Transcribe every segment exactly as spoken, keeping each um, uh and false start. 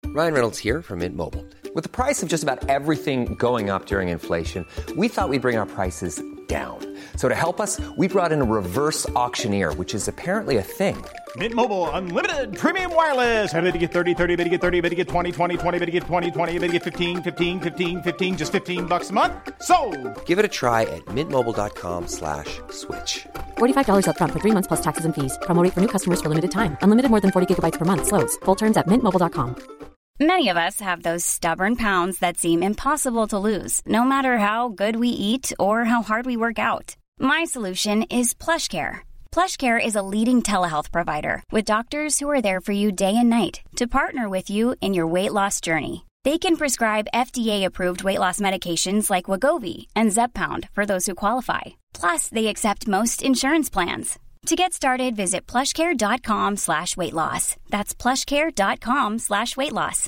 Ryan Reynolds here from Mint Mobile. With the price of just about everything going up during inflation, we thought we'd bring our prices down. So to help us, we brought in a reverse auctioneer, which is apparently a thing. Mint Mobile Unlimited Premium Wireless. How to get thirty, thirty, how to get thirty, how to get twenty, twenty, twenty, how to get twenty, twenty, how to get fifteen, fifteen, fifteen, fifteen, just fifteen bucks a month? Sold! Give it a try at mintmobile.com slash switch. forty-five dollars up front for three months plus taxes and fees. Promo rate for new customers for limited time. Unlimited more than forty gigabytes per month. Slows full terms at mint mobile dot com. Many of us have those stubborn pounds that seem impossible to lose, no matter how good we eat or how hard we work out. My solution is PlushCare. PlushCare is a leading telehealth provider with doctors who are there for you day and night to partner with you in your weight loss journey. They can prescribe F D A-approved weight loss medications like Wegovy and Zepbound for those who qualify. Plus, they accept most insurance plans. To get started, visit plushcare.com slash weight loss. That's plushcare.com slash weight loss.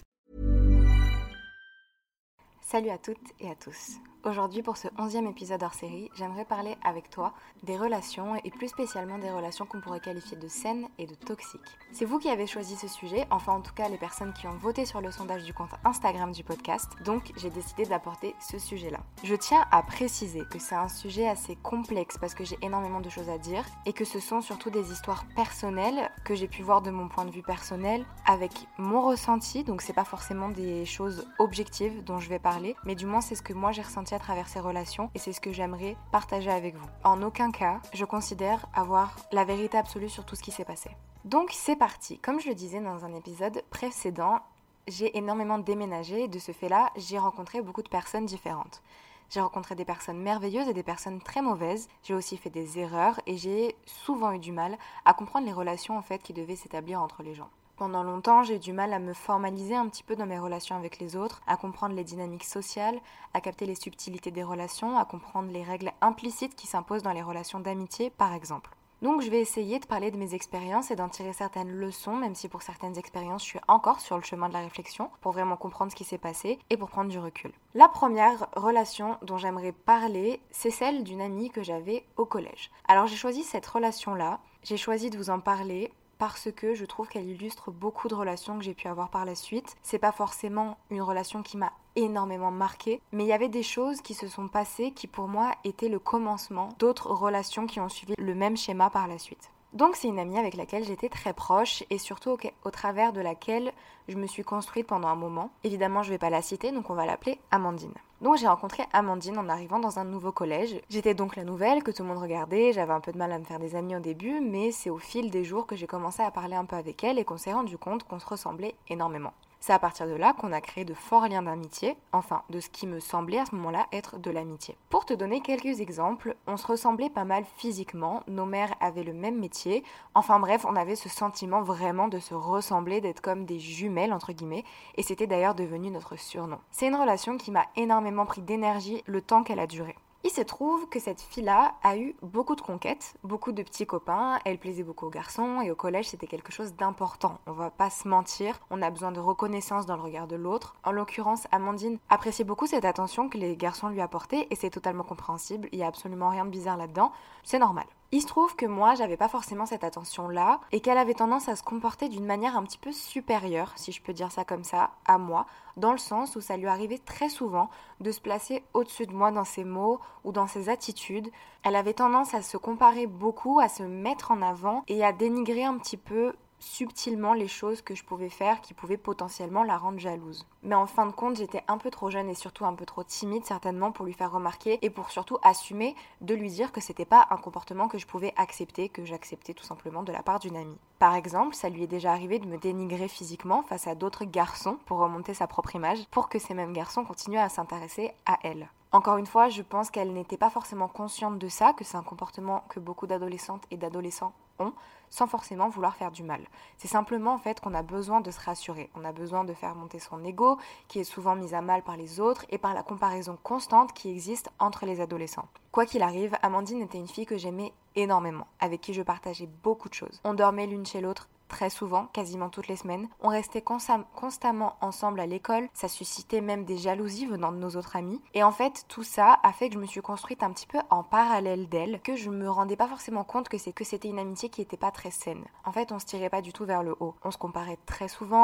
Salut à toutes et à tous. Aujourd'hui, pour ce onzième épisode hors série, j'aimerais parler avec toi des relations et plus spécialement des relations qu'on pourrait qualifier de saines et de toxiques. C'est vous qui avez choisi ce sujet, enfin en tout cas les personnes qui ont voté sur le sondage du compte Instagram du podcast, donc j'ai décidé d'apporter ce sujet-là. Je tiens à préciser que c'est un sujet assez complexe parce que j'ai énormément de choses à dire et que ce sont surtout des histoires personnelles que j'ai pu voir de mon point de vue personnel avec mon ressenti, donc c'est pas forcément des choses objectives dont je vais parler, mais du moins c'est ce que moi j'ai ressenti à travers ces relations et c'est ce que j'aimerais partager avec vous. En aucun cas, je considère avoir la vérité absolue sur tout ce qui s'est passé. Donc c'est parti. Comme je le disais dans un épisode précédent, j'ai énormément déménagé et de ce fait-là, j'ai rencontré beaucoup de personnes différentes. J'ai rencontré des personnes merveilleuses et des personnes très mauvaises. J'ai aussi fait des erreurs et j'ai souvent eu du mal à comprendre les relations en fait qui devaient s'établir entre les gens. Pendant longtemps, j'ai eu du mal à me formaliser un petit peu dans mes relations avec les autres, à comprendre les dynamiques sociales, à capter les subtilités des relations, à comprendre les règles implicites qui s'imposent dans les relations d'amitié, par exemple. Donc je vais essayer de parler de mes expériences et d'en tirer certaines leçons, même si pour certaines expériences je suis encore sur le chemin de la réflexion, pour vraiment comprendre ce qui s'est passé et pour prendre du recul. La première relation dont j'aimerais parler, c'est celle d'une amie que j'avais au collège. Alors j'ai choisi cette relation-là, j'ai choisi de vous en parler parce que je trouve qu'elle illustre beaucoup de relations que j'ai pu avoir par la suite. C'est pas forcément une relation qui m'a énormément marquée, mais il y avait des choses qui se sont passées qui pour moi étaient le commencement d'autres relations qui ont suivi le même schéma par la suite. Donc c'est une amie avec laquelle j'étais très proche et surtout au, au travers de laquelle je me suis construite pendant un moment. Évidemment je vais pas la citer, donc on va l'appeler Amandine. Donc j'ai rencontré Amandine en arrivant dans un nouveau collège. J'étais donc la nouvelle que tout le monde regardait, j'avais un peu de mal à me faire des amis au début, mais c'est au fil des jours que j'ai commencé à parler un peu avec elle et qu'on s'est rendu compte qu'on se ressemblait énormément. C'est à partir de là qu'on a créé de forts liens d'amitié, enfin de ce qui me semblait à ce moment-là être de l'amitié. Pour te donner quelques exemples, on se ressemblait pas mal physiquement, nos mères avaient le même métier, enfin bref, on avait ce sentiment vraiment de se ressembler, d'être comme des jumelles entre guillemets, et c'était d'ailleurs devenu notre surnom. C'est une relation qui m'a énormément pris d'énergie le temps qu'elle a duré. Il se trouve que cette fille-là a eu beaucoup de conquêtes, beaucoup de petits copains, elle plaisait beaucoup aux garçons et au collège c'était quelque chose d'important, on va pas se mentir, on a besoin de reconnaissance dans le regard de l'autre. En l'occurrence, Amandine appréciait beaucoup cette attention que les garçons lui apportaient et c'est totalement compréhensible, il y a absolument rien de bizarre là-dedans, c'est normal. Il se trouve que moi, j'avais pas forcément cette attention-là et qu'elle avait tendance à se comporter d'une manière un petit peu supérieure, si je peux dire ça comme ça, à moi, dans le sens où ça lui arrivait très souvent de se placer au-dessus de moi dans ses mots ou dans ses attitudes. Elle avait tendance à se comparer beaucoup, à se mettre en avant et à dénigrer un petit peu subtilement les choses que je pouvais faire qui pouvaient potentiellement la rendre jalouse. Mais en fin de compte, j'étais un peu trop jeune et surtout un peu trop timide certainement pour lui faire remarquer et pour surtout assumer de lui dire que c'était pas un comportement que je pouvais accepter, que j'acceptais tout simplement de la part d'une amie. Par exemple, ça lui est déjà arrivé de me dénigrer physiquement face à d'autres garçons pour remonter sa propre image, pour que ces mêmes garçons continuent à s'intéresser à elle. Encore une fois, je pense qu'elle n'était pas forcément consciente de ça, que c'est un comportement que beaucoup d'adolescentes et d'adolescents ont, sans forcément vouloir faire du mal. C'est simplement en fait qu'on a besoin de se rassurer, on a besoin de faire monter son ego, qui est souvent mis à mal par les autres et par la comparaison constante qui existe entre les adolescents. Quoi qu'il arrive, Amandine était une fille que j'aimais énormément, avec qui je partageais beaucoup de choses. On dormait l'une chez l'autre très souvent, quasiment toutes les semaines. On restait consa- constamment ensemble à l'école, ça suscitait même des jalousies venant de nos autres amis. Et en fait, tout ça a fait que je me suis construite un petit peu en parallèle d'elle, que je me rendais pas forcément compte que, c'est, que c'était une amitié qui était pas très saine. En fait, on se tirait pas du tout vers le haut. On se comparait très souvent,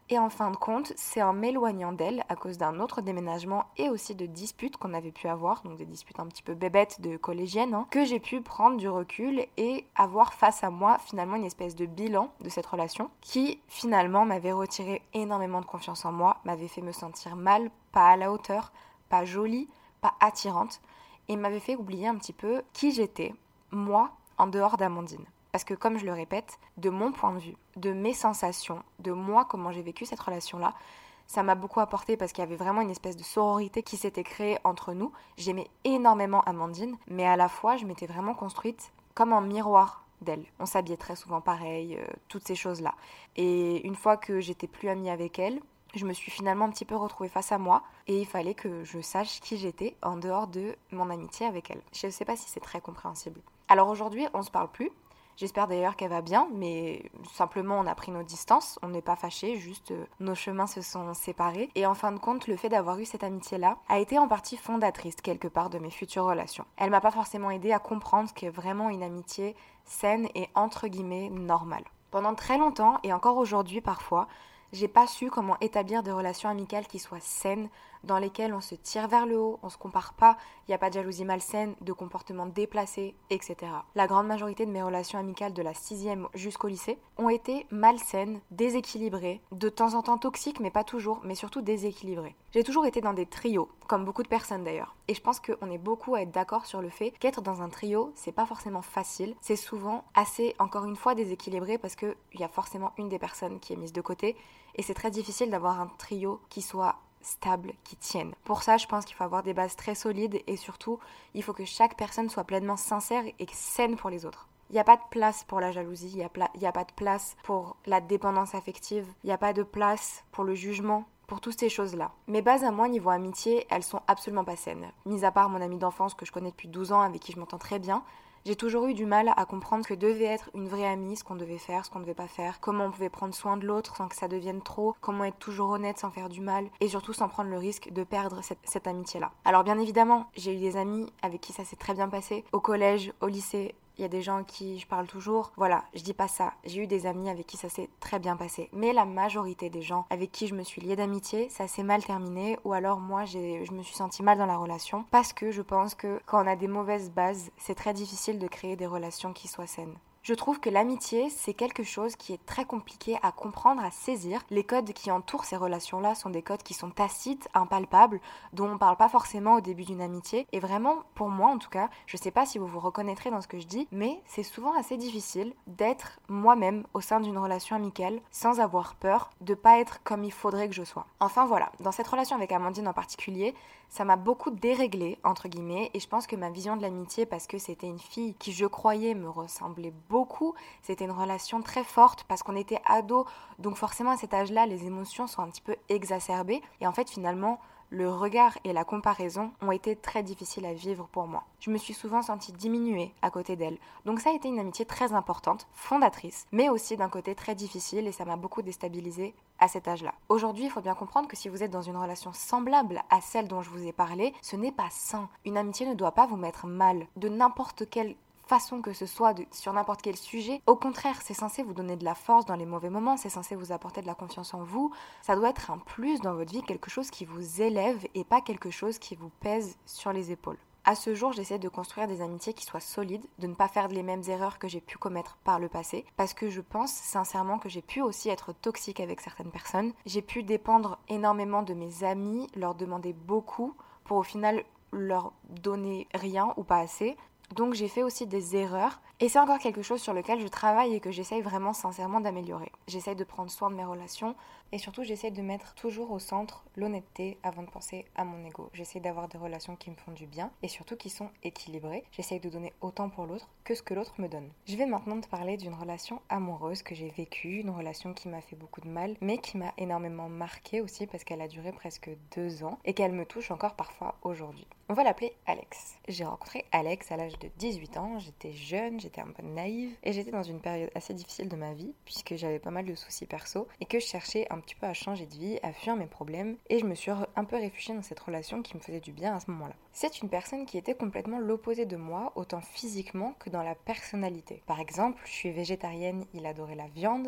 Et en fin de compte, c'est en m'éloignant d'elle à cause d'un autre déménagement et aussi de disputes qu'on avait pu avoir, donc des disputes un petit peu bébêtes de collégiennes, hein, que j'ai pu prendre du recul et avoir face à moi finalement une espèce de bilan de cette relation qui finalement m'avait retiré énormément de confiance en moi, m'avait fait me sentir mal, pas à la hauteur, pas jolie, pas attirante et m'avait fait oublier un petit peu qui j'étais, moi, en dehors d'Amandine. Parce que comme je le répète, de mon point de vue, de mes sensations, de moi, comment j'ai vécu cette relation-là, ça m'a beaucoup apporté parce qu'il y avait vraiment une espèce de sororité qui s'était créée entre nous. J'aimais énormément Amandine, mais à la fois, je m'étais vraiment construite comme un miroir d'elle. On s'habillait très souvent pareil, euh, toutes ces choses-là. Et une fois que j'étais plus amie avec elle, je me suis finalement un petit peu retrouvée face à moi et il fallait que je sache qui j'étais en dehors de mon amitié avec elle. Je ne sais pas si c'est très compréhensible. Alors aujourd'hui, on ne se parle plus. J'espère d'ailleurs qu'elle va bien, mais simplement on a pris nos distances, on n'est pas fâchés, juste euh, nos chemins se sont séparés. Et en fin de compte, le fait d'avoir eu cette amitié-là a été en partie fondatrice quelque part de mes futures relations. Elle m'a pas forcément aidée à comprendre ce qu'est vraiment une amitié saine et entre guillemets normale. Pendant très longtemps, et encore aujourd'hui parfois, j'ai pas su comment établir des relations amicales qui soient saines, dans lesquelles on se tire vers le haut, on se compare pas, il n'y a pas de jalousie malsaine, de comportements déplacés, et cetera. La grande majorité de mes relations amicales de la sixième jusqu'au lycée ont été malsaines, déséquilibrées, de temps en temps toxiques, mais pas toujours, mais surtout déséquilibrées. J'ai toujours été dans des trios, comme beaucoup de personnes d'ailleurs. Et je pense qu'on est beaucoup à être d'accord sur le fait qu'être dans un trio, c'est pas forcément facile, c'est souvent assez, encore une fois, déséquilibré parce qu'il y a forcément une des personnes qui est mise de côté, et c'est très difficile d'avoir un trio qui soit stable, qui tienne. Pour ça, je pense qu'il faut avoir des bases très solides et surtout, il faut que chaque personne soit pleinement sincère et saine pour les autres. Il n'y a pas de place pour la jalousie, il n'y a, pla- y a pas de place pour la dépendance affective, il n'y a pas de place pour le jugement, pour toutes ces choses-là. Mes bases à moi, niveau amitié, elles sont absolument pas saines. Mis à part mon ami d'enfance que je connais depuis douze ans, avec qui je m'entends très bien, j'ai toujours eu du mal à comprendre ce que devait être une vraie amie, ce qu'on devait faire, ce qu'on ne devait pas faire, comment on pouvait prendre soin de l'autre sans que ça devienne trop, comment être toujours honnête sans faire du mal, et surtout sans prendre le risque de perdre cette, cette amitié-là. Alors bien évidemment, j'ai eu des amis avec qui ça s'est très bien passé, au collège, au lycée. Il y a des gens à qui je parle toujours. Voilà, je dis pas ça. J'ai eu des amis avec qui ça s'est très bien passé. Mais la majorité des gens avec qui je me suis liée d'amitié, ça s'est mal terminé. Ou alors moi, j'ai, je me suis sentie mal dans la relation. Parce que je pense que quand on a des mauvaises bases, c'est très difficile de créer des relations qui soient saines. Je trouve que l'amitié, c'est quelque chose qui est très compliqué à comprendre, à saisir. Les codes qui entourent ces relations-là sont des codes qui sont tacites, impalpables, dont on parle pas forcément au début d'une amitié. Et vraiment, pour moi en tout cas, je sais pas si vous vous reconnaîtrez dans ce que je dis, mais c'est souvent assez difficile d'être moi-même au sein d'une relation amicale sans avoir peur de pas être comme il faudrait que je sois. Enfin voilà, dans cette relation avec Amandine en particulier, ça m'a beaucoup déréglée, entre guillemets, et je pense que ma vision de l'amitié, parce que c'était une fille qui, je croyais, me ressemblait beaucoup, c'était une relation très forte, parce qu'on était ados, donc forcément à cet âge-là, les émotions sont un petit peu exacerbées, et en fait, finalement, le regard et la comparaison ont été très difficiles à vivre pour moi. Je me suis souvent sentie diminuée à côté d'elle. Donc ça a été une amitié très importante, fondatrice, mais aussi d'un côté très difficile et ça m'a beaucoup déstabilisée à cet âge-là. Aujourd'hui, il faut bien comprendre que si vous êtes dans une relation semblable à celle dont je vous ai parlé, ce n'est pas sain. Une amitié ne doit pas vous mettre mal de n'importe quelle façon que ce soit de, sur n'importe quel sujet. Au contraire, c'est censé vous donner de la force dans les mauvais moments, c'est censé vous apporter de la confiance en vous. Ça doit être un plus dans votre vie, quelque chose qui vous élève et pas quelque chose qui vous pèse sur les épaules. À ce jour, j'essaie de construire des amitiés qui soient solides, de ne pas faire les mêmes erreurs que j'ai pu commettre par le passé, parce que je pense sincèrement que j'ai pu aussi être toxique avec certaines personnes. J'ai pu dépendre énormément de mes amis, leur demander beaucoup, pour au final leur donner rien ou pas assez. Donc j'ai fait aussi des erreurs et c'est encore quelque chose sur lequel je travaille et que j'essaye vraiment sincèrement d'améliorer. J'essaye de prendre soin de mes relations et surtout j'essaye de mettre toujours au centre l'honnêteté avant de penser à mon ego. J'essaye d'avoir des relations qui me font du bien et surtout qui sont équilibrées. J'essaye de donner autant pour l'autre que ce que l'autre me donne. Je vais maintenant te parler d'une relation amoureuse que j'ai vécue, une relation qui m'a fait beaucoup de mal mais qui m'a énormément marquée aussi parce qu'elle a duré presque deux ans et qu'elle me touche encore parfois aujourd'hui. On va l'appeler Alex. J'ai rencontré Alex à l'âge de dix-huit ans, j'étais jeune, j'étais un peu naïve et j'étais dans une période assez difficile de ma vie puisque j'avais pas mal de soucis perso et que je cherchais un petit peu à changer de vie, à fuir mes problèmes et je me suis un peu réfugiée dans cette relation qui me faisait du bien à ce moment-là. C'est une personne qui était complètement l'opposé de moi, autant physiquement que dans la personnalité. Par exemple, je suis végétarienne, il adorait la viande.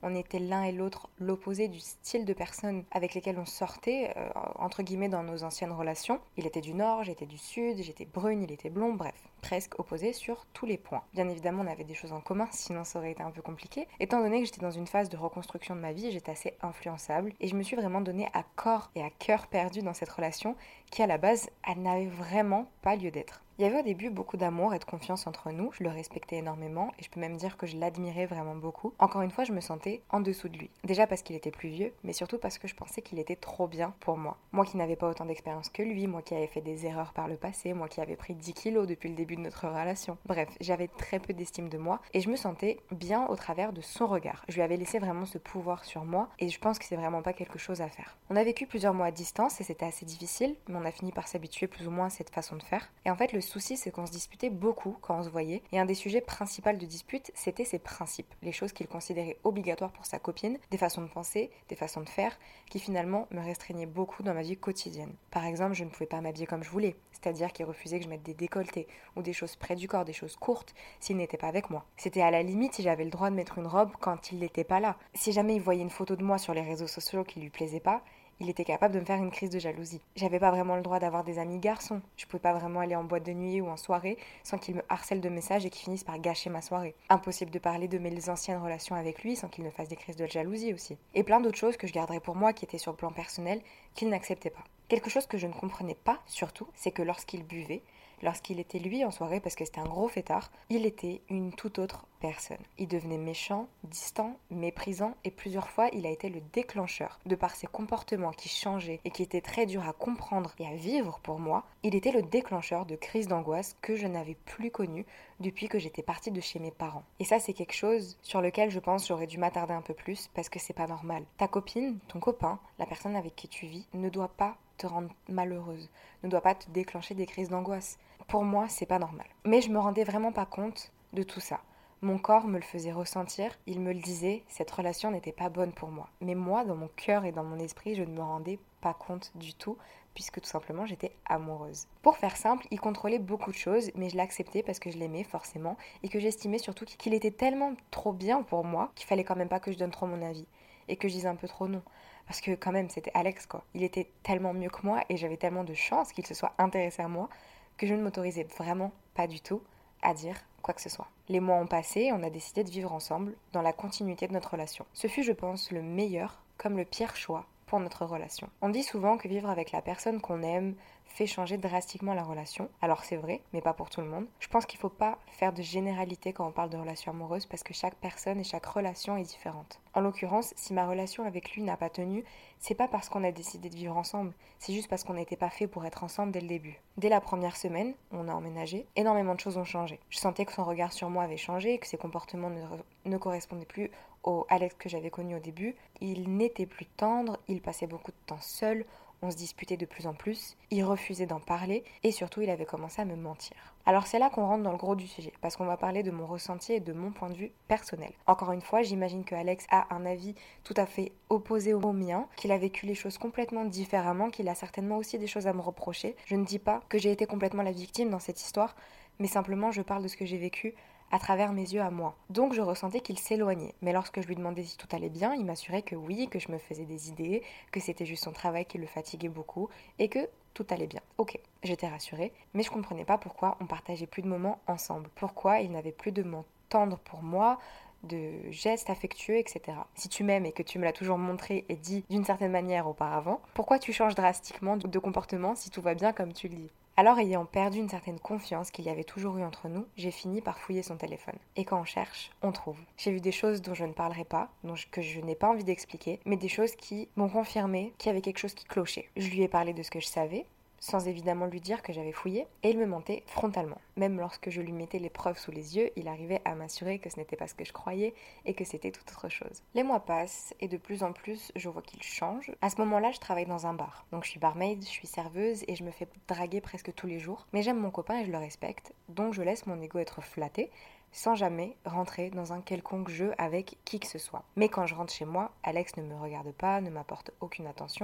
On était l'un et l'autre l'opposé du style de personnes avec lesquelles on sortait, euh, entre guillemets, dans nos anciennes relations. Il était du nord, j'étais du sud, j'étais brune, il était blond, bref, presque opposés sur tous les points. Bien évidemment, on avait des choses en commun, sinon ça aurait été un peu compliqué. Étant donné que j'étais dans une phase de reconstruction de ma vie, j'étais assez influençable et je me suis vraiment donné à corps et à cœur perdu dans cette relation qui, à la base, elle n'avait vraiment pas lieu d'être. Il y avait au début beaucoup d'amour et de confiance entre nous, je le respectais énormément et je peux même dire que je l'admirais vraiment beaucoup. Encore une fois, je me sentais en dessous de lui. Déjà parce qu'il était plus vieux, mais surtout parce que je pensais qu'il était trop bien pour moi. Moi qui n'avais pas autant d'expérience que lui, moi qui avais fait des erreurs par le passé, moi qui avais pris dix kilos depuis le début de notre relation. Bref, j'avais très peu d'estime de moi et je me sentais bien au travers de son regard. Je lui avais laissé vraiment ce pouvoir sur moi et je pense que c'est vraiment pas quelque chose à faire. On a vécu plusieurs mois à distance et c'était assez difficile, mais on a fini par s'habituer plus ou moins à cette façon de faire. Et en fait, le souci, c'est qu'on se disputait beaucoup quand on se voyait, et un des sujets principaux de dispute, c'était ses principes, les choses qu'il considérait obligatoires pour sa copine, des façons de penser, des façons de faire, qui finalement me restreignaient beaucoup dans ma vie quotidienne. Par exemple, je ne pouvais pas m'habiller comme je voulais, c'est-à-dire qu'il refusait que je mette des décolletés, ou des choses près du corps, des choses courtes, s'il n'était pas avec moi. C'était à la limite si j'avais le droit de mettre une robe quand il n'était pas là. Si jamais il voyait une photo de moi sur les réseaux sociaux qui lui plaisait pas, il était capable de me faire une crise de jalousie. J'avais pas vraiment le droit d'avoir des amis garçons. Je pouvais pas vraiment aller en boîte de nuit ou en soirée sans qu'il me harcèle de messages et qu'il finisse par gâcher ma soirée. Impossible de parler de mes anciennes relations avec lui sans qu'il ne fasse des crises de jalousie aussi. Et plein d'autres choses que je garderais pour moi qui étaient sur le plan personnel qu'il n'acceptait pas. Quelque chose que je ne comprenais pas, surtout, c'est que lorsqu'il buvait, lorsqu'il était lui en soirée, parce que c'était un gros fêtard, il était une toute autre personne. Il devenait méchant, distant, méprisant et plusieurs fois il a été le déclencheur. De par ses comportements qui changeaient et qui étaient très durs à comprendre et à vivre pour moi, il était le déclencheur de crises d'angoisse que je n'avais plus connues depuis que j'étais partie de chez mes parents. Et ça, c'est quelque chose sur lequel je pense j'aurais dû m'attarder un peu plus parce que c'est pas normal. Ta copine, ton copain, la personne avec qui tu vis ne doit pas te rendre malheureuse, ne doit pas te déclencher des crises d'angoisse. Pour moi, c'est pas normal. Mais je me rendais vraiment pas compte de tout ça. Mon corps me le faisait ressentir, il me le disait, cette relation n'était pas bonne pour moi. Mais moi, dans mon cœur et dans mon esprit, je ne me rendais pas compte du tout, puisque tout simplement j'étais amoureuse. Pour faire simple, il contrôlait beaucoup de choses, mais je l'acceptais parce que je l'aimais forcément, et que j'estimais surtout qu'il était tellement trop bien pour moi, qu'il fallait quand même pas que je donne trop mon avis, et que je dise un peu trop non. Parce que quand même, c'était Alex quoi. Il était tellement mieux que moi, et j'avais tellement de chance qu'il se soit intéressé à moi, que je ne m'autorisais vraiment pas du tout à dire quoi que ce soit. Les mois ont passé et on a décidé de vivre ensemble dans la continuité de notre relation. Ce fut, je pense, le meilleur comme le pire choix pour notre relation. On dit souvent que vivre avec la personne qu'on aime fait changer drastiquement la relation. Alors c'est vrai, mais pas pour tout le monde. Je pense qu'il ne faut pas faire de généralité quand on parle de relation amoureuse parce que chaque personne et chaque relation est différente. En l'occurrence, si ma relation avec lui n'a pas tenu, c'est pas parce qu'on a décidé de vivre ensemble, c'est juste parce qu'on n'était pas fait pour être ensemble dès le début. Dès la première semaine, on a emménagé, énormément de choses ont changé. Je sentais que son regard sur moi avait changé, que ses comportements ne, re- ne correspondaient plus au Alex que j'avais connu au début. Il n'était plus tendre, il passait beaucoup de temps seul, on se disputait de plus en plus, il refusait d'en parler et surtout il avait commencé à me mentir. Alors c'est là qu'on rentre dans le gros du sujet, parce qu'on va parler de mon ressenti et de mon point de vue personnel. Encore une fois, j'imagine que Alex a un avis tout à fait opposé au mien, qu'il a vécu les choses complètement différemment, qu'il a certainement aussi des choses à me reprocher. Je ne dis pas que j'ai été complètement la victime dans cette histoire, mais simplement je parle de ce que j'ai vécu à travers mes yeux à moi. Donc je ressentais qu'il s'éloignait. Mais lorsque je lui demandais si tout allait bien, il m'assurait que oui, que je me faisais des idées, que c'était juste son travail qui le fatiguait beaucoup et que tout allait bien. Ok, j'étais rassurée, mais je comprenais pas pourquoi on partageait plus de moments ensemble. Pourquoi il n'avait plus de moments tendres pour moi, de gestes affectueux, et cetera. Si tu m'aimes et que tu me l'as toujours montré et dit d'une certaine manière auparavant, pourquoi tu changes drastiquement de comportement si tout va bien comme tu le dis ? Alors, ayant perdu une certaine confiance qu'il y avait toujours eu entre nous, j'ai fini par fouiller son téléphone. Et quand on cherche, on trouve. J'ai vu des choses dont je ne parlerai pas, dont je, que je n'ai pas envie d'expliquer, mais des choses qui m'ont confirmé qu'il y avait quelque chose qui clochait. Je lui ai parlé de ce que je savais, sans évidemment lui dire que j'avais fouillé, et il me mentait frontalement. Même lorsque je lui mettais les preuves sous les yeux, il arrivait à m'assurer que ce n'était pas ce que je croyais et que c'était toute autre chose. Les mois passent et de plus en plus, je vois qu'il change. À ce moment-là, je travaille dans un bar. Donc je suis barmaid, je suis serveuse et je me fais draguer presque tous les jours. Mais j'aime mon copain et je le respecte, donc je laisse mon ego être flatté, sans jamais rentrer dans un quelconque jeu avec qui que ce soit. Mais quand je rentre chez moi, Alex ne me regarde pas, ne m'apporte aucune attention,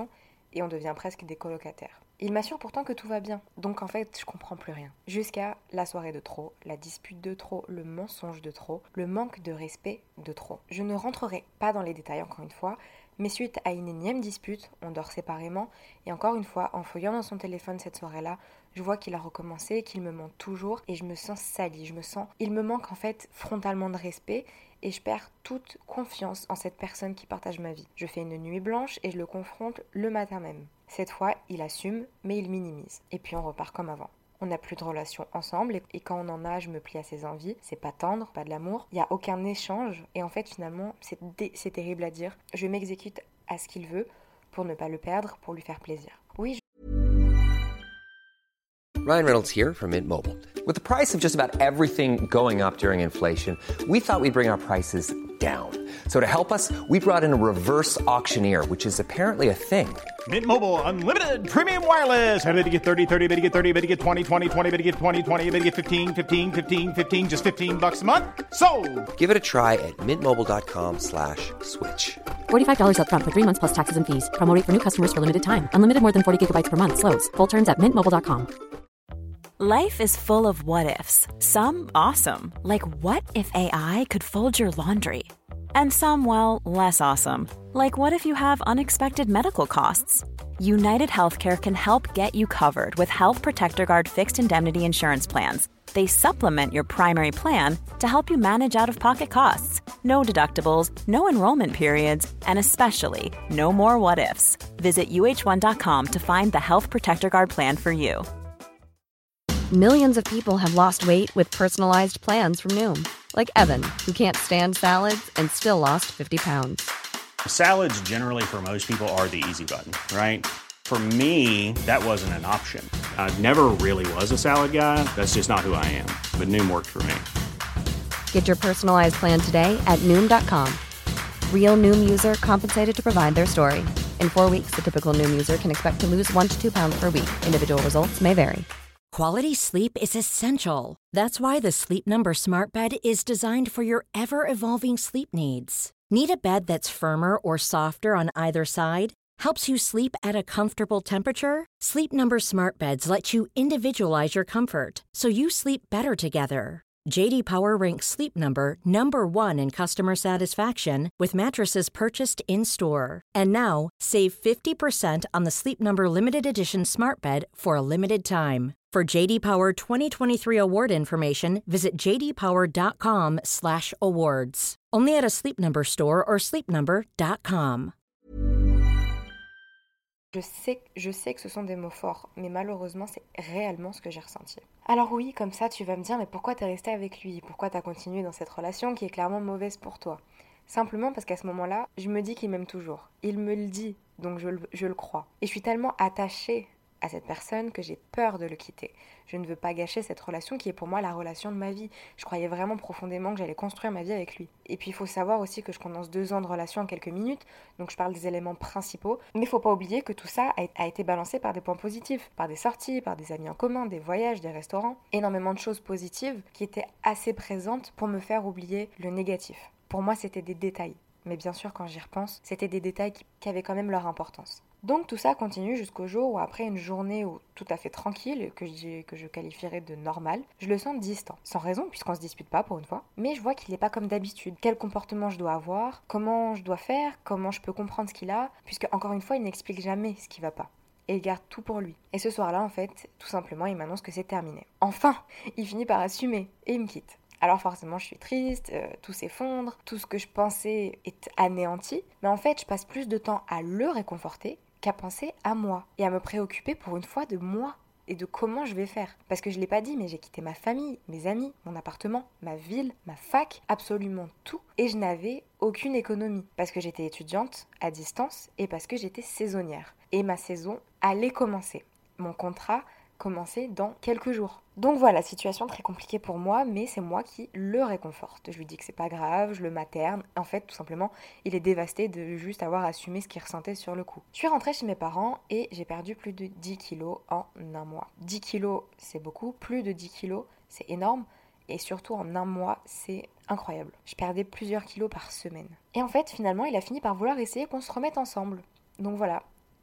et on devient presque des colocataires. Il m'assure pourtant que tout va bien, donc en fait je comprends plus rien. Jusqu'à la soirée de trop, la dispute de trop, le mensonge de trop, le manque de respect de trop. Je ne rentrerai pas dans les détails encore une fois, mais suite à une énième dispute, on dort séparément, et encore une fois, en fouillant dans son téléphone cette soirée-là, je vois qu'il a recommencé, qu'il me ment toujours, et je me sens salie, je me sens... Il me manque en fait frontalement de respect, et je perds toute confiance en cette personne qui partage ma vie. Je fais une nuit blanche et je le confronte le matin même. Cette fois, il assume, mais il minimise. Et puis on repart comme avant. On n'a plus de relation ensemble et quand on en a, je me plie à ses envies. C'est pas tendre, pas de l'amour. Il n'y a aucun échange. Et en fait, finalement, c'est, dé- c'est terrible à dire. Je m'exécute à ce qu'il veut pour ne pas le perdre, pour lui faire plaisir. Oui, je... Ryan Reynolds here from Mint Mobile. With the price of just about everything going up during inflation, we thought we'd bring our prices down. So to help us, we brought in a reverse auctioneer, which is apparently a thing. Mint Mobile Unlimited Premium Wireless. How to get thirty, thirty, how to get thirty, how to get twenty, twenty, twenty, how to get twenty, twenty, how to get fifteen, fifteen, fifteen, fifteen, just fifteen bucks a month? Sold! Give it a try at mintmobile.com slash switch. forty-five dollars up front for three months plus taxes and fees. Promo rate for new customers for limited time. Unlimited more than forty gigabytes per month. Slows full terms at mint mobile dot com. Life is full of what-ifs. Some awesome, like what if A I could fold your laundry? And some, well, less awesome, like what if you have unexpected medical costs? United Healthcare can help get you covered with Health Protector Guard fixed indemnity insurance plans. They supplement your primary plan to help you manage out-of-pocket costs. No deductibles, no enrollment periods, and especially no more what-ifs. Visit U H one dot com to find the Health Protector Guard plan for you. Millions of people have lost weight with personalized plans from Noom. Like Evan, who can't stand salads and still lost fifty pounds. Salads generally for most people are the easy button, right? For me, that wasn't an option. I never really was a salad guy. That's just not who I am. But Noom worked for me. Get your personalized plan today at Noom dot com. Real Noom user compensated to provide their story. In four weeks, the typical Noom user can expect to lose one to two pounds per week. Individual results may vary. Quality sleep is essential. That's why the Sleep Number Smart Bed is designed for your ever-evolving sleep needs. Need a bed that's firmer or softer on either side? Helps you sleep at a comfortable temperature? Sleep Number Smart Beds let you individualize your comfort, so you sleep better together. J D Power ranks Sleep Number number one in customer satisfaction with mattresses purchased in-store. And now, save fifty percent on the Sleep Number Limited Edition Smart Bed for a limited time. For J D Power twenty twenty-three award information, visit j d power dot com slash awards. Only at a Sleep Number store or sleep number dot com. Je sais, je sais que ce sont des mots forts, mais malheureusement, c'est réellement ce que j'ai ressenti. Alors oui, comme ça, tu vas me dire, mais pourquoi t'es resté avec lui? Pourquoi t'as continué dans cette relation qui est clairement mauvaise pour toi? Simplement parce qu'à ce moment-là, je me dis qu'il m'aime toujours. Il me le dit, donc je le, je le crois. Et je suis tellement attachée à cette personne que j'ai peur de le quitter. Je ne veux pas gâcher cette relation qui est pour moi la relation de ma vie. Je croyais vraiment profondément que j'allais construire ma vie avec lui. Et puis il faut savoir aussi que je condense deux ans de relation en quelques minutes, donc je parle des éléments principaux, mais il ne faut pas oublier que tout ça a été balancé par des points positifs, par des sorties, par des amis en commun, des voyages, des restaurants, énormément de choses positives qui étaient assez présentes pour me faire oublier le négatif. Pour moi, c'était des détails. Mais bien sûr, quand j'y repense, c'était des détails qui, qui avaient quand même leur importance. Donc tout ça continue jusqu'au jour où, après une journée où, tout à fait tranquille, que je, que je qualifierais de normale, je le sens distant. Sans raison, puisqu'on se dispute pas pour une fois. Mais je vois qu'il n'est pas comme d'habitude. Quel comportement je dois avoir, comment je dois faire, comment je peux comprendre ce qu'il a, puisque encore une fois, il n'explique jamais ce qui va pas. Et il garde tout pour lui. Et ce soir-là, en fait, tout simplement, il m'annonce que c'est terminé. Enfin, il finit par assumer et il me quitte. Alors forcément, je suis triste, euh, tout s'effondre, tout ce que je pensais est anéanti. Mais en fait, je passe plus de temps à le réconforter qu'à penser à moi et à me préoccuper pour une fois de moi et de comment je vais faire. Parce que je ne l'ai pas dit, mais j'ai quitté ma famille, mes amis, mon appartement, ma ville, ma fac, absolument tout. Et je n'avais aucune économie parce que j'étais étudiante à distance et parce que j'étais saisonnière. Et ma saison allait commencer. Mon contrat commencer dans quelques jours. Donc voilà, situation très compliquée pour moi, mais c'est moi qui le réconforte. Je lui dis que c'est pas grave, je le materne. En fait, tout simplement, il est dévasté de juste avoir assumé ce qu'il ressentait sur le coup. Je suis rentrée chez mes parents et j'ai perdu plus de dix kilos en un mois. dix kilos, c'est beaucoup. Plus de dix kilos, c'est énorme. Et surtout, en un mois, c'est incroyable. Je perdais plusieurs kilos par semaine. Et en fait, finalement, il a fini par vouloir essayer qu'on se remette ensemble. Donc voilà.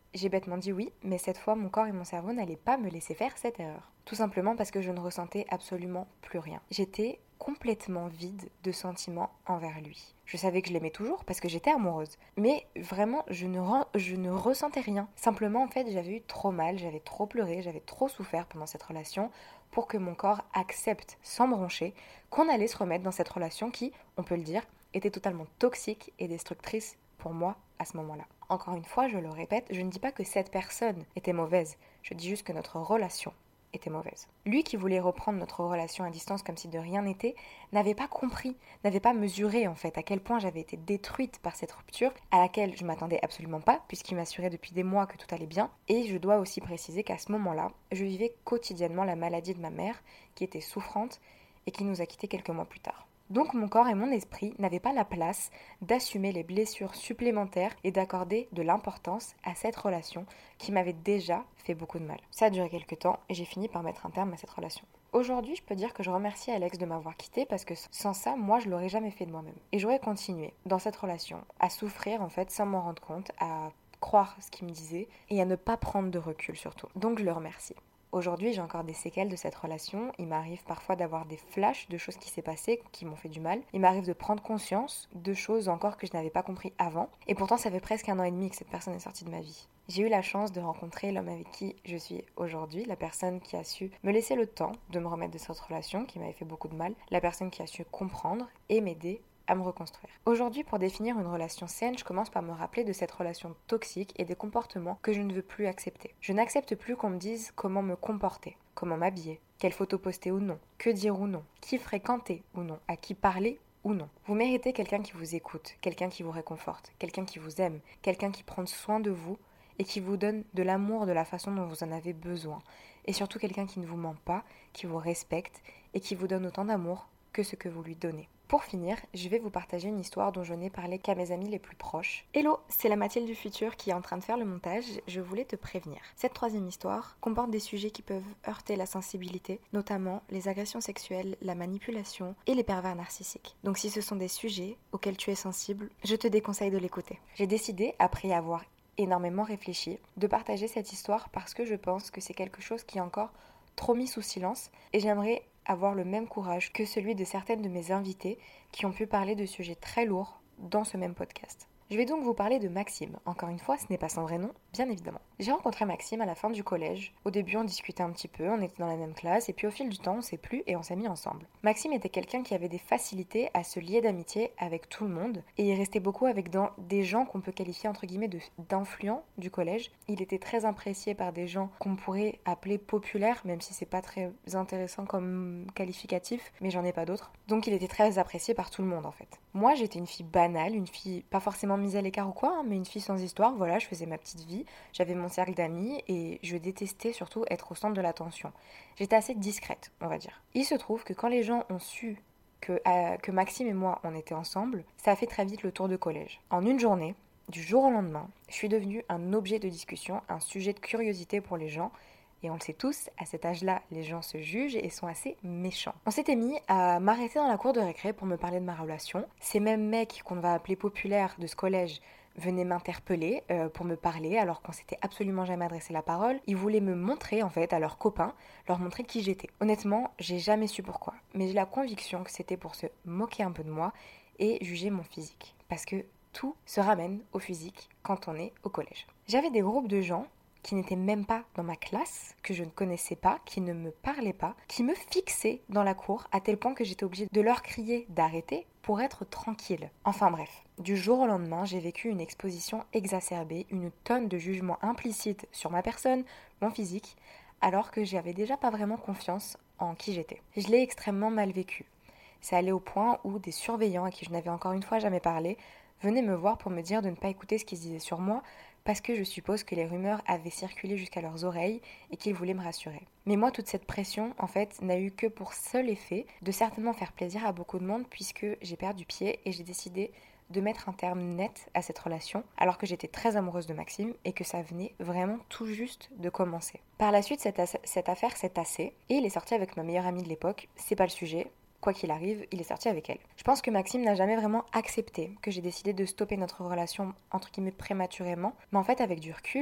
J'ai bêtement dit oui, mais cette fois mon corps et mon cerveau n'allaient pas me laisser faire cette erreur. Tout simplement parce que je ne ressentais absolument plus rien. J'étais complètement vide de sentiments envers lui. Je savais que je l'aimais toujours parce que j'étais amoureuse. Mais vraiment, je ne, re- je ne ressentais rien. Simplement, en fait, j'avais eu trop mal, j'avais trop pleuré, j'avais trop souffert pendant cette relation pour que mon corps accepte, sans broncher, qu'on allait se remettre dans cette relation qui, on peut le dire, était totalement toxique et destructrice pour moi à ce moment-là. Encore une fois, je le répète, je ne dis pas que cette personne était mauvaise, je dis juste que notre relation était mauvaise. Lui qui voulait reprendre notre relation à distance comme si de rien n'était, n'avait pas compris, n'avait pas mesuré en fait à quel point j'avais été détruite par cette rupture à laquelle je m'attendais absolument pas puisqu'il m'assurait depuis des mois que tout allait bien. Et je dois aussi préciser qu'à ce moment-là, je vivais quotidiennement la maladie de ma mère qui était souffrante et qui nous a quittés quelques mois plus tard. Donc mon corps et mon esprit n'avaient pas la place d'assumer les blessures supplémentaires et d'accorder de l'importance à cette relation qui m'avait déjà fait beaucoup de mal. Ça a duré quelques temps et j'ai fini par mettre un terme à cette relation. Aujourd'hui, je peux dire que je remercie Alex de m'avoir quittée parce que sans ça, moi, je l'aurais jamais fait de moi-même. Et j'aurais continué dans cette relation à souffrir en fait sans m'en rendre compte, à croire ce qu'il me disait et à ne pas prendre de recul surtout. Donc je le remercie. Aujourd'hui, j'ai encore des séquelles de cette relation. Il m'arrive parfois d'avoir des flashs de choses qui s'est passées, qui m'ont fait du mal. Il m'arrive de prendre conscience de choses encore que je n'avais pas compris avant. Et pourtant, ça fait presque un an et demi que cette personne est sortie de ma vie. J'ai eu la chance de rencontrer l'homme avec qui je suis aujourd'hui, la personne qui a su me laisser le temps de me remettre de cette relation qui m'avait fait beaucoup de mal, la personne qui a su comprendre et m'aider à me reconstruire. Aujourd'hui, pour définir une relation saine, je commence par me rappeler de cette relation toxique et des comportements que je ne veux plus accepter. Je n'accepte plus qu'on me dise comment me comporter, comment m'habiller, quelle photo poster ou non, que dire ou non, qui fréquenter ou non, à qui parler ou non. Vous méritez quelqu'un qui vous écoute, quelqu'un qui vous réconforte, quelqu'un qui vous aime, quelqu'un qui prend soin de vous et qui vous donne de l'amour de la façon dont vous en avez besoin. Et surtout quelqu'un qui ne vous ment pas, qui vous respecte et qui vous donne autant d'amour que ce que vous lui donnez. Pour finir, je vais vous partager une histoire dont je n'ai parlé qu'à mes amis les plus proches. Hello, c'est la Mathilde du futur qui est en train de faire le montage. Je voulais te prévenir. Cette troisième histoire comporte des sujets qui peuvent heurter la sensibilité, notamment les agressions sexuelles, la manipulation et les pervers narcissiques. Donc si ce sont des sujets auxquels tu es sensible, je te déconseille de l'écouter. J'ai décidé, après avoir énormément réfléchi, de partager cette histoire parce que je pense que c'est quelque chose qui est encore trop mis sous silence et j'aimerais avoir le même courage que celui de certaines de mes invitées qui ont pu parler de sujets très lourds dans ce même podcast. Je vais donc vous parler de Maxime. Encore une fois, ce n'est pas son vrai nom, bien évidemment. J'ai rencontré Maxime à la fin du collège. Au début, on discutait un petit peu, on était dans la même classe, et puis au fil du temps, on s'est plu et on s'est mis ensemble. Maxime était quelqu'un qui avait des facilités à se lier d'amitié avec tout le monde, et il restait beaucoup avec dans, des gens qu'on peut qualifier entre guillemets de, d'influents du collège. Il était très apprécié par des gens qu'on pourrait appeler populaires, même si c'est pas très intéressant comme qualificatif, mais j'en ai pas d'autres. Donc il était très apprécié par tout le monde en fait. Moi, j'étais une fille banale, une fille pas forcément mise à l'écart ou quoi, hein, mais une fille sans histoire, voilà, je faisais ma petite vie, j'avais mon cercle d'amis et je détestais surtout être au centre de l'attention. J'étais assez discrète, on va dire. Il se trouve que quand les gens ont su que, euh, que Maxime et moi, on était ensemble, ça a fait très vite le tour de collège. En une journée, du jour au lendemain, je suis devenue un objet de discussion, un sujet de curiosité pour les gens. Et on le sait tous, à cet âge-là, les gens se jugent et sont assez méchants. On s'était mis à m'arrêter dans la cour de récré pour me parler de ma relation. Ces mêmes mecs qu'on va appeler populaires de ce collège venaient m'interpeller euh, pour me parler alors qu'on s'était absolument jamais adressé la parole. Ils voulaient me montrer en fait à leurs copains, leur montrer qui j'étais. Honnêtement, j'ai jamais su pourquoi, mais j'ai la conviction que c'était pour se moquer un peu de moi et juger mon physique. Parce que tout se ramène au physique quand on est au collège. J'avais des groupes de gens qui n'étaient même pas dans ma classe, que je ne connaissais pas, qui ne me parlaient pas, qui me fixaient dans la cour à tel point que j'étais obligée de leur crier d'arrêter pour être tranquille. Enfin bref, du jour au lendemain, j'ai vécu une exposition exacerbée, une tonne de jugements implicites sur ma personne, mon physique, alors que j'avais déjà pas vraiment confiance en qui j'étais. Je l'ai extrêmement mal vécu. Ça allait au point où des surveillants à qui je n'avais encore une fois jamais parlé venaient me voir pour me dire de ne pas écouter ce qu'ils disaient sur moi parce que je suppose que les rumeurs avaient circulé jusqu'à leurs oreilles et qu'ils voulaient me rassurer. Mais moi, toute cette pression, en fait, n'a eu que pour seul effet de certainement faire plaisir à beaucoup de monde puisque j'ai perdu pied et j'ai décidé de mettre un terme net à cette relation alors que j'étais très amoureuse de Maxime et que ça venait vraiment tout juste de commencer. Par la suite, cette, as- cette affaire s'est tassée et il est sorti avec ma meilleure amie de l'époque, c'est pas le sujet. Quoi qu'il arrive, il est sorti avec elle. Je pense que Maxime n'a jamais vraiment accepté que j'ai décidé de stopper notre relation entre guillemets prématurément, mais en fait avec du recul,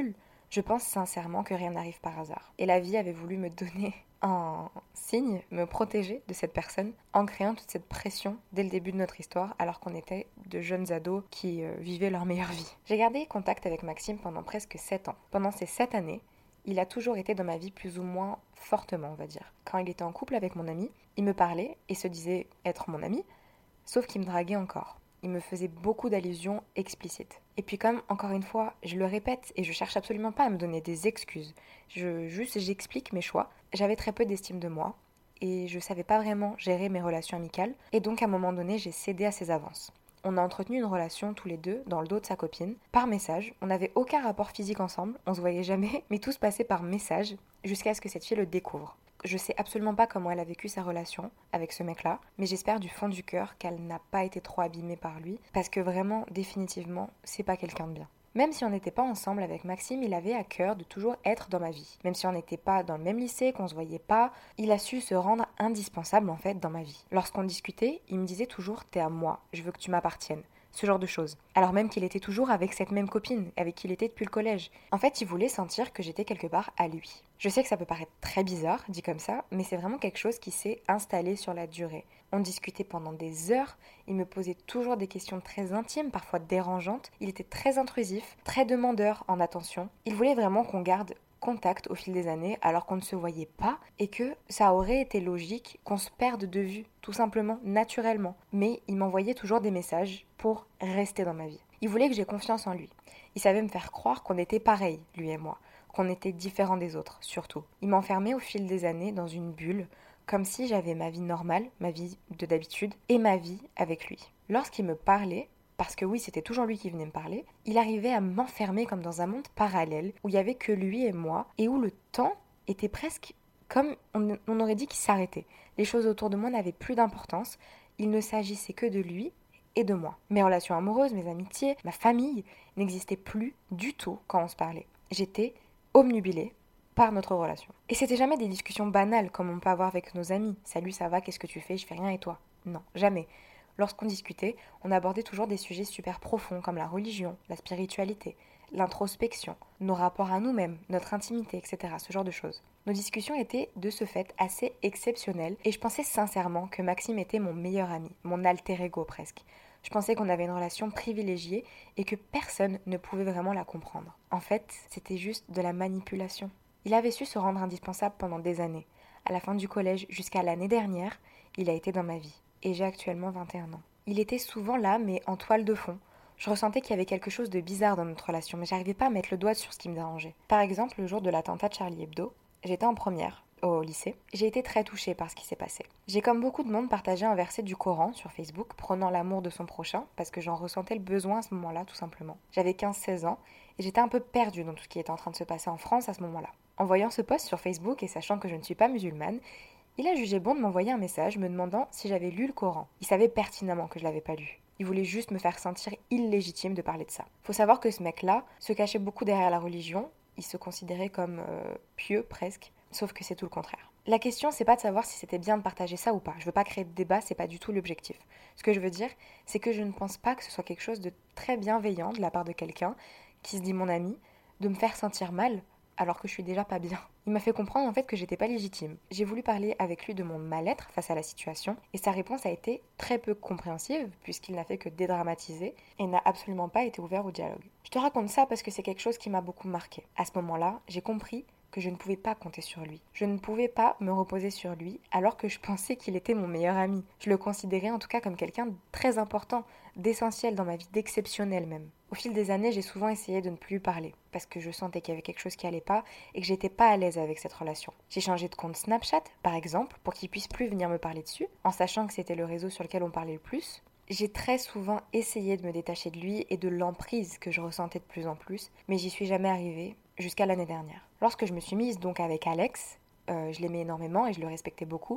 Je pense sincèrement que rien n'arrive par hasard. Et la vie avait voulu me donner un signe, me protéger de cette personne en créant toute cette pression dès le début de notre histoire alors qu'on était de jeunes ados qui euh, vivaient leur meilleure vie. J'ai gardé contact avec Maxime pendant presque sept ans. Pendant ces sept années, il a toujours été dans ma vie plus ou moins fortement, on va dire. Quand il était en couple avec mon ami, il me parlait et se disait être mon ami, sauf qu'il me draguait encore. Il me faisait beaucoup d'allusions explicites. Et puis comme, encore une fois, je le répète et je cherche absolument pas à me donner des excuses. Je, juste, j'explique mes choix. J'avais très peu d'estime de moi et je savais pas vraiment gérer mes relations amicales. Et donc, à un moment donné, j'ai cédé à ses avances. On a entretenu une relation tous les deux dans le dos de sa copine, par message. On n'avait aucun rapport physique ensemble, on se voyait jamais, mais tout se passait par message jusqu'à ce que cette fille le découvre. Je sais absolument pas comment elle a vécu sa relation avec ce mec-là, mais j'espère du fond du cœur qu'elle n'a pas été trop abîmée par lui, parce que vraiment, définitivement, c'est pas quelqu'un de bien. Même si on n'était pas ensemble avec Maxime, il avait à cœur de toujours être dans ma vie. Même si on n'était pas dans le même lycée, qu'on se voyait pas, il a su se rendre indispensable en fait dans ma vie. Lorsqu'on discutait, il me disait toujours « t'es à moi, je veux que tu m'appartiennes ». Ce genre de choses. Alors même qu'il était toujours avec cette même copine, avec qui il était depuis le collège. En fait, il voulait sentir que j'étais quelque part à lui. Je sais que ça peut paraître très bizarre, dit comme ça, mais c'est vraiment quelque chose qui s'est installé sur la durée. On discutait pendant des heures, il me posait toujours des questions très intimes, parfois dérangeantes. Il était très intrusif, très demandeur en attention. Il voulait vraiment qu'on garde contact au fil des années alors qu'on ne se voyait pas et que ça aurait été logique qu'on se perde de vue, tout simplement, naturellement. Mais il m'envoyait toujours des messages pour rester dans ma vie. Il voulait que j'aie confiance en lui. Il savait me faire croire qu'on était pareils, lui et moi, qu'on était différents des autres, surtout. Il m'enfermait au fil des années dans une bulle, comme si j'avais ma vie normale, ma vie de d'habitude, et ma vie avec lui. Lorsqu'il me parlait, parce que oui, c'était toujours lui qui venait me parler, il arrivait à m'enfermer comme dans un monde parallèle où il n'y avait que lui et moi et où le temps était presque comme on, on aurait dit qu'il s'arrêtait. Les choses autour de moi n'avaient plus d'importance, il ne s'agissait que de lui et de moi. Mes relations amoureuses, mes amitiés, ma famille n'existaient plus du tout quand on se parlait. J'étais obnubilée par notre relation. Et c'était jamais des discussions banales comme on peut avoir avec nos amis. « Salut, ça va, qu'est-ce que tu fais, je fais rien et toi ?» Non, jamais. Lorsqu'on discutait, on abordait toujours des sujets super profonds comme la religion, la spiritualité, l'introspection, nos rapports à nous-mêmes, notre intimité, et cetera. Ce genre de choses. Nos discussions étaient de ce fait assez exceptionnelles et je pensais sincèrement que Maxime était mon meilleur ami, mon alter ego presque. Je pensais qu'on avait une relation privilégiée et que personne ne pouvait vraiment la comprendre. En fait, c'était juste de la manipulation. Il avait su se rendre indispensable pendant des années. À la fin du collège jusqu'à l'année dernière, il a été dans ma vie. Et j'ai actuellement vingt et un ans. Il était souvent là, mais en toile de fond. Je ressentais qu'il y avait quelque chose de bizarre dans notre relation, mais j'arrivais pas à mettre le doigt sur ce qui me dérangeait. Par exemple, le jour de l'attentat de Charlie Hebdo, j'étais en première, au lycée. J'ai été très touchée par ce qui s'est passé. J'ai comme beaucoup de monde partagé un verset du Coran sur Facebook, prônant l'amour de son prochain, parce que j'en ressentais le besoin à ce moment-là, tout simplement. J'avais quinze seize ans, et j'étais un peu perdue dans tout ce qui était en train de se passer en France à ce moment-là. En voyant ce post sur Facebook et sachant que je ne suis pas musulmane, il a jugé bon de m'envoyer un message me demandant si j'avais lu le Coran. Il savait pertinemment que je l'avais pas lu. Il voulait juste me faire sentir illégitime de parler de ça. Faut savoir que ce mec-là se cachait beaucoup derrière la religion. Il se considérait comme euh, pieux presque, sauf que c'est tout le contraire. La question, c'est pas de savoir si c'était bien de partager ça ou pas. Je veux pas créer de débat, c'est pas du tout l'objectif. Ce que je veux dire, c'est que je ne pense pas que ce soit quelque chose de très bienveillant de la part de quelqu'un qui se dit mon ami, de me faire sentir mal alors que je suis déjà pas bien. Il m'a fait comprendre en fait que j'étais pas légitime. J'ai voulu parler avec lui de mon mal-être face à la situation et sa réponse a été très peu compréhensive puisqu'il n'a fait que dédramatiser et n'a absolument pas été ouvert au dialogue. Je te raconte ça parce que c'est quelque chose qui m'a beaucoup marqué. À ce moment-là, j'ai compris que je ne pouvais pas compter sur lui. Je ne pouvais pas me reposer sur lui alors que je pensais qu'il était mon meilleur ami. Je le considérais en tout cas comme quelqu'un de très important, d'essentiel dans ma vie, d'exceptionnel même. Au fil des années, j'ai souvent essayé de ne plus lui parler parce que je sentais qu'il y avait quelque chose qui allait pas et que j'étais pas à l'aise avec cette relation. J'ai changé de compte Snapchat, par exemple, pour qu'il puisse plus venir me parler dessus, en sachant que c'était le réseau sur lequel on parlait le plus. J'ai très souvent essayé de me détacher de lui et de l'emprise que je ressentais de plus en plus, mais j'y suis jamais arrivée jusqu'à l'année dernière. Lorsque je me suis mise donc avec Alex, euh, je l'aimais énormément et je le respectais beaucoup,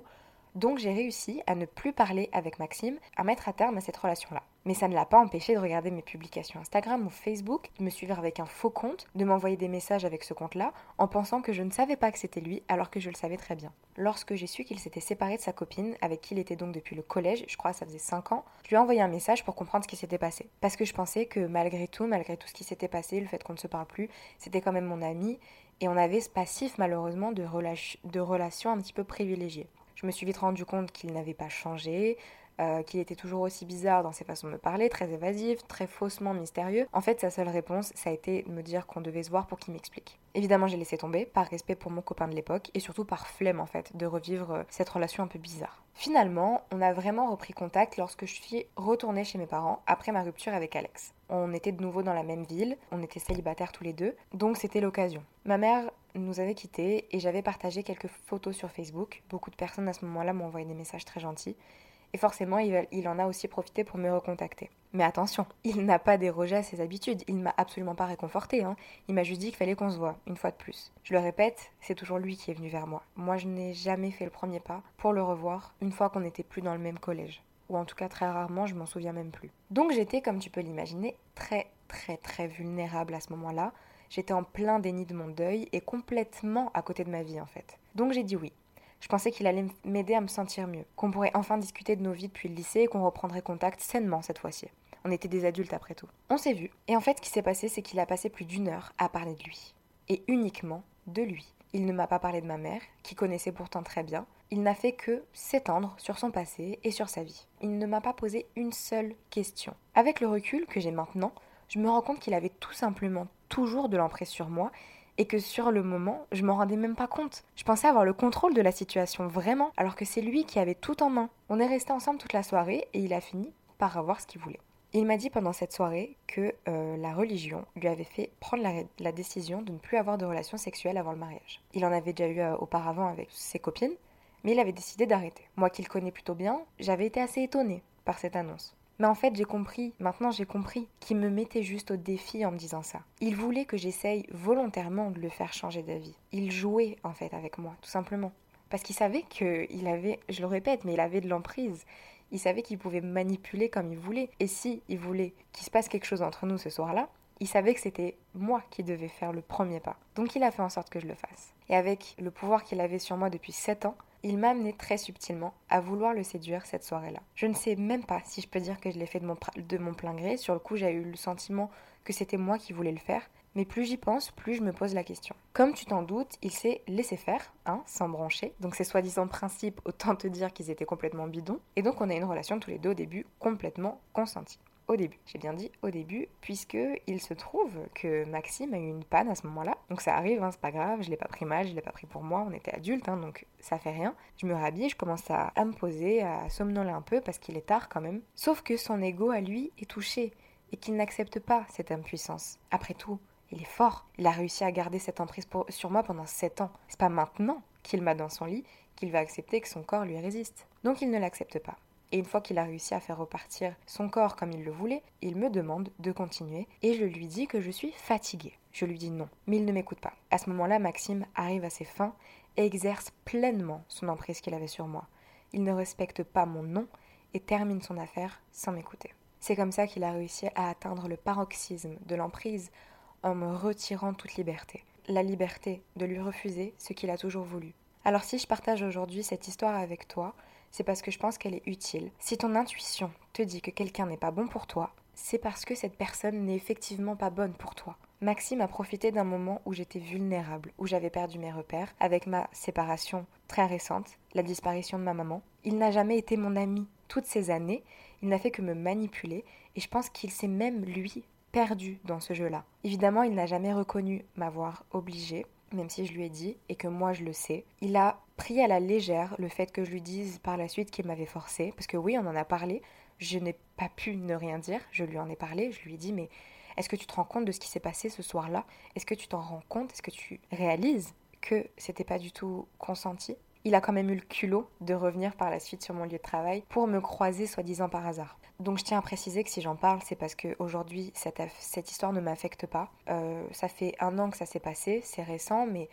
Donc j'ai réussi à ne plus parler avec Maxime, à mettre à terme à cette relation-là. Mais ça ne l'a pas empêché de regarder mes publications Instagram ou Facebook, de me suivre avec un faux compte, de m'envoyer des messages avec ce compte-là, en pensant que je ne savais pas que c'était lui, alors que je le savais très bien. Lorsque j'ai su qu'il s'était séparé de sa copine, avec qui il était donc depuis le collège, je crois que ça faisait cinq ans, je lui ai envoyé un message pour comprendre ce qui s'était passé. Parce que je pensais que malgré tout, malgré tout ce qui s'était passé, le fait qu'on ne se parle plus, c'était quand même mon ami, et on avait ce passif malheureusement de, rela- de relations un petit peu privilégiées. Je me suis vite rendu compte qu'il n'avait pas changé, euh, qu'il était toujours aussi bizarre dans ses façons de me parler, très évasif, très faussement mystérieux. En fait, sa seule réponse, ça a été de me dire qu'on devait se voir pour qu'il m'explique. Évidemment, j'ai laissé tomber, par respect pour mon copain de l'époque, et surtout par flemme en fait, de revivre euh, cette relation un peu bizarre. Finalement, on a vraiment repris contact lorsque je suis retournée chez mes parents, après ma rupture avec Alex. On était de nouveau dans la même ville, on était célibataires tous les deux, donc c'était l'occasion. Ma mère nous avait quittés et j'avais partagé quelques photos sur Facebook. Beaucoup de personnes à ce moment-là m'ont envoyé des messages très gentils. Et forcément, il, il en a aussi profité pour me recontacter. Mais attention, il n'a pas dérogé à ses habitudes, il ne m'a absolument pas réconforté, hein. Il m'a juste dit qu'il fallait qu'on se voie, une fois de plus. Je le répète, c'est toujours lui qui est venu vers moi. Moi, je n'ai jamais fait le premier pas pour le revoir, une fois qu'on n'était plus dans le même collège. Ou en tout cas très rarement, je m'en souviens même plus. Donc j'étais, comme tu peux l'imaginer, très très très vulnérable à ce moment-là. J'étais en plein déni de mon deuil et complètement à côté de ma vie en fait. Donc j'ai dit oui. Je pensais qu'il allait m'aider à me sentir mieux, qu'on pourrait enfin discuter de nos vies depuis le lycée et qu'on reprendrait contact sainement cette fois-ci. On était des adultes après tout. On s'est vus. Et en fait, ce qui s'est passé, c'est qu'il a passé plus d'une heure à parler de lui. Et uniquement de lui. Il ne m'a pas parlé de ma mère, qui connaissait pourtant très bien. Il n'a fait que s'étendre sur son passé et sur sa vie. Il ne m'a pas posé une seule question. Avec le recul que j'ai maintenant, je me rends compte qu'il avait tout simplement toujours de l'emprise sur moi et que sur le moment, je m'en rendais même pas compte. Je pensais avoir le contrôle de la situation, vraiment, alors que c'est lui qui avait tout en main. On est restés ensemble toute la soirée et il a fini par avoir ce qu'il voulait. Il m'a dit pendant cette soirée que euh, la religion lui avait fait prendre la, la décision de ne plus avoir de relations sexuelles avant le mariage. Il en avait déjà eu euh, auparavant avec ses copines, mais il avait décidé d'arrêter. Moi qui le connais plutôt bien, j'avais été assez étonnée par cette annonce. Mais en fait, j'ai compris, maintenant j'ai compris, qu'il me mettait juste au défi en me disant ça. Il voulait que j'essaye volontairement de le faire changer d'avis. Il jouait en fait avec moi, tout simplement. Parce qu'il savait qu'il avait, je le répète, mais il avait de l'emprise. Il savait qu'il pouvait me manipuler comme il voulait. Et si il voulait qu'il se passe quelque chose entre nous ce soir-là, il savait que c'était moi qui devais faire le premier pas. Donc il a fait en sorte que je le fasse. Et avec le pouvoir qu'il avait sur moi depuis sept ans, il m'a amené très subtilement à vouloir le séduire cette soirée-là. Je ne sais même pas si je peux dire que je l'ai fait de mon, de mon plein gré. Sur le coup, j'ai eu le sentiment que c'était moi qui voulais le faire. Mais plus j'y pense, plus je me pose la question. Comme tu t'en doutes, il s'est laissé faire, hein, sans broncher. Donc ces soi-disant principes, autant te dire qu'ils étaient complètement bidons. Et donc on a une relation tous les deux au début complètement consentie. Au début, j'ai bien dit au début, puisque il se trouve que Maxime a eu une panne à ce moment-là. Donc ça arrive, hein, c'est pas grave, je l'ai pas pris mal, je l'ai pas pris pour moi, on était adultes, hein, donc ça fait rien. Je me rhabille, je commence à, à me poser, à somnoler un peu, parce qu'il est tard quand même. Sauf que son ego à lui est touché, et qu'il n'accepte pas cette impuissance. Après tout, il est fort, il a réussi à garder cette emprise pour, sur moi pendant sept ans. C'est pas maintenant qu'il m'a dans son lit qu'il va accepter que son corps lui résiste. Donc il ne l'accepte pas. Et une fois qu'il a réussi à faire repartir son corps comme il le voulait, il me demande de continuer et je lui dis que je suis fatiguée. Je lui dis non, mais il ne m'écoute pas. À ce moment-là, Maxime arrive à ses fins et exerce pleinement son emprise qu'il avait sur moi. Il ne respecte pas mon nom et termine son affaire sans m'écouter. C'est comme ça qu'il a réussi à atteindre le paroxysme de l'emprise en me retirant toute liberté. La liberté de lui refuser ce qu'il a toujours voulu. Alors si je partage aujourd'hui cette histoire avec toi, c'est parce que je pense qu'elle est utile. Si ton intuition te dit que quelqu'un n'est pas bon pour toi, c'est parce que cette personne n'est effectivement pas bonne pour toi. Maxime a profité d'un moment où j'étais vulnérable, où j'avais perdu mes repères, avec ma séparation très récente, la disparition de ma maman. Il n'a jamais été mon ami. Toutes ces années, il n'a fait que me manipuler, et je pense qu'il s'est même, lui, perdu dans ce jeu-là. Évidemment, il n'a jamais reconnu m'avoir obligée, même si je lui ai dit, et que moi je le sais. Il a pris à la légère le fait que je lui dise par la suite qu'il m'avait forcé, parce que oui, on en a parlé, je n'ai pas pu ne rien dire, je lui en ai parlé, je lui ai dit, mais est-ce que tu te rends compte de ce qui s'est passé ce soir-là? Est-ce que tu t'en rends compte? Est-ce que tu réalises que c'était pas du tout consenti? Il a quand même eu le culot de revenir par la suite sur mon lieu de travail pour me croiser soi-disant par hasard. Donc je tiens à préciser que si j'en parle, c'est parce qu'aujourd'hui, cette, cette histoire ne m'affecte pas. Euh, ça fait un an que ça s'est passé, c'est récent, mais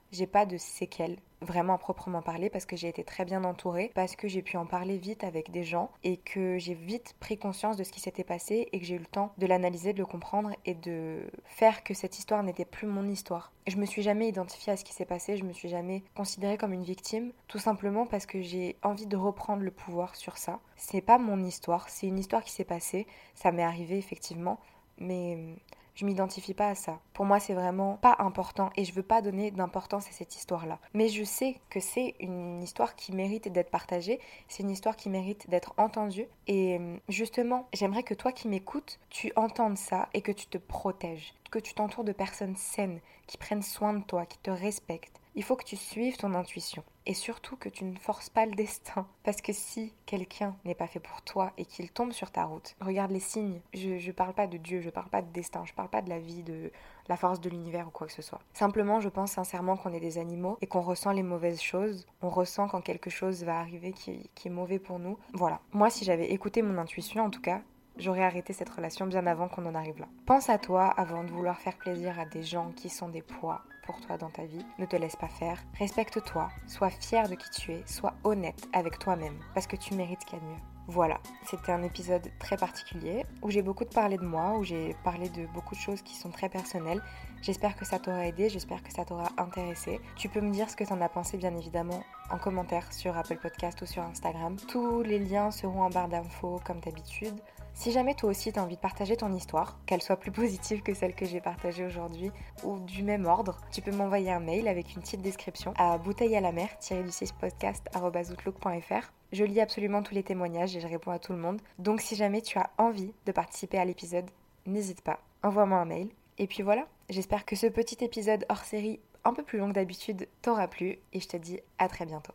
j'ai pas de séquelles, vraiment à proprement parler, parce que j'ai été très bien entourée, parce que j'ai pu en parler vite avec des gens et que j'ai vite pris conscience de ce qui s'était passé et que j'ai eu le temps de l'analyser, de le comprendre et de faire que cette histoire n'était plus mon histoire. Je me suis jamais identifiée à ce qui s'est passé, je me suis jamais considérée comme une victime, tout simplement parce que j'ai envie de reprendre le pouvoir sur ça. C'est pas mon histoire, c'est une histoire qui s'est passée, ça m'est arrivé effectivement, mais je m'identifie pas à ça. Pour moi, c'est vraiment pas important et je veux pas donner d'importance à cette histoire-là. Mais je sais que c'est une histoire qui mérite d'être partagée, c'est une histoire qui mérite d'être entendue et justement, j'aimerais que toi qui m'écoutes, tu entendes ça et que tu te protèges, que tu t'entoures de personnes saines, qui prennent soin de toi, qui te respectent. Il faut que tu suives ton intuition et surtout que tu ne forces pas le destin. Parce que si quelqu'un n'est pas fait pour toi et qu'il tombe sur ta route, regarde les signes. Je, je parle pas de Dieu, je parle pas de destin, je parle pas de la vie, de la force de l'univers ou quoi que ce soit. Simplement, je pense sincèrement qu'on est des animaux et qu'on ressent les mauvaises choses. On ressent quand quelque chose va arriver qui, qui est mauvais pour nous. Voilà. Moi, si j'avais écouté mon intuition, en tout cas, j'aurais arrêté cette relation bien avant qu'on en arrive là. Pense à toi avant de vouloir faire plaisir à des gens qui sont des poids pour toi dans ta vie. Ne te laisse pas faire. Respecte-toi. Sois fier de qui tu es. Sois honnête avec toi-même parce que tu mérites ce qu'il y a de mieux. Voilà, c'était un épisode très particulier où j'ai beaucoup parlé de moi, où j'ai parlé de beaucoup de choses qui sont très personnelles. J'espère que ça t'aura aidé, j'espère que ça t'aura intéressé. Tu peux me dire ce que t'en as pensé bien évidemment en commentaire sur Apple Podcast ou sur Instagram. Tous les liens seront en barre d'infos comme d'habitude. Si jamais toi aussi t'as envie de partager ton histoire, qu'elle soit plus positive que celle que j'ai partagée aujourd'hui ou du même ordre, tu peux m'envoyer un mail avec une petite description à bouteille à la mer tiret du six podcast arobase outlook point f r. Je lis absolument tous les témoignages et je réponds à tout le monde. Donc si jamais tu as envie de participer à l'épisode, n'hésite pas, envoie-moi un mail. Et puis voilà, j'espère que ce petit épisode hors série un peu plus long que d'habitude t'aura plu et je te dis à très bientôt.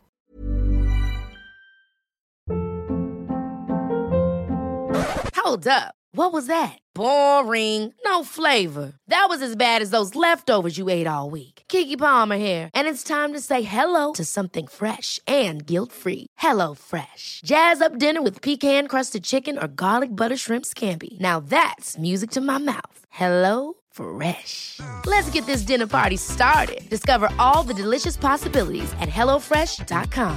Hold up. What was that? Boring. No flavor. That was as bad as those leftovers you ate all week. Keke Palmer here, and it's time to say hello to something fresh and guilt-free. Hello Fresh. Jazz up dinner with pecan-crusted chicken or garlic butter shrimp scampi. Now that's music to my mouth. Hello Fresh. Let's get this dinner party started. Discover all the delicious possibilities at hello fresh dot com.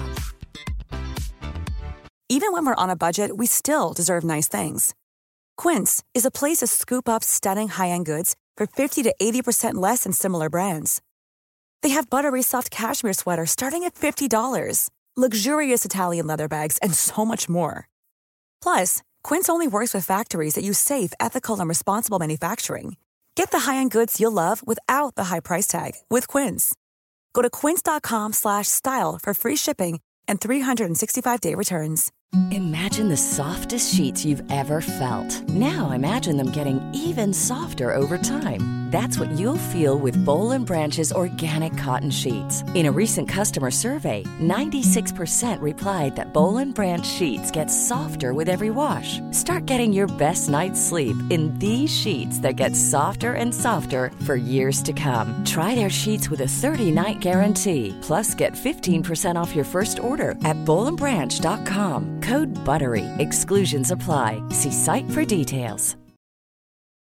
Even when we're on a budget, we still deserve nice things. Quince is a place to scoop up stunning high-end goods for fifty to eighty percent less than similar brands. They have buttery soft cashmere sweaters starting at fifty dollars, luxurious Italian leather bags, and so much more. Plus, Quince only works with factories that use safe, ethical, and responsible manufacturing. Get the high-end goods you'll love without the high price tag with Quince. Go to quince.com slash style for free shipping and three sixty-five day returns. Imagine the softest sheets you've ever felt. Now imagine them getting even softer over time. That's what you'll feel with Boll and Branch's organic cotton sheets. In a recent customer survey, ninety-six percent replied that Boll and Branch sheets get softer with every wash. Start getting your best night's sleep in these sheets that get softer and softer for years to come. Try their sheets with a thirty-night guarantee. Plus, get fifteen percent off your first order at boll and branch dot com. Code BUTTERY. Exclusions apply. See site for details.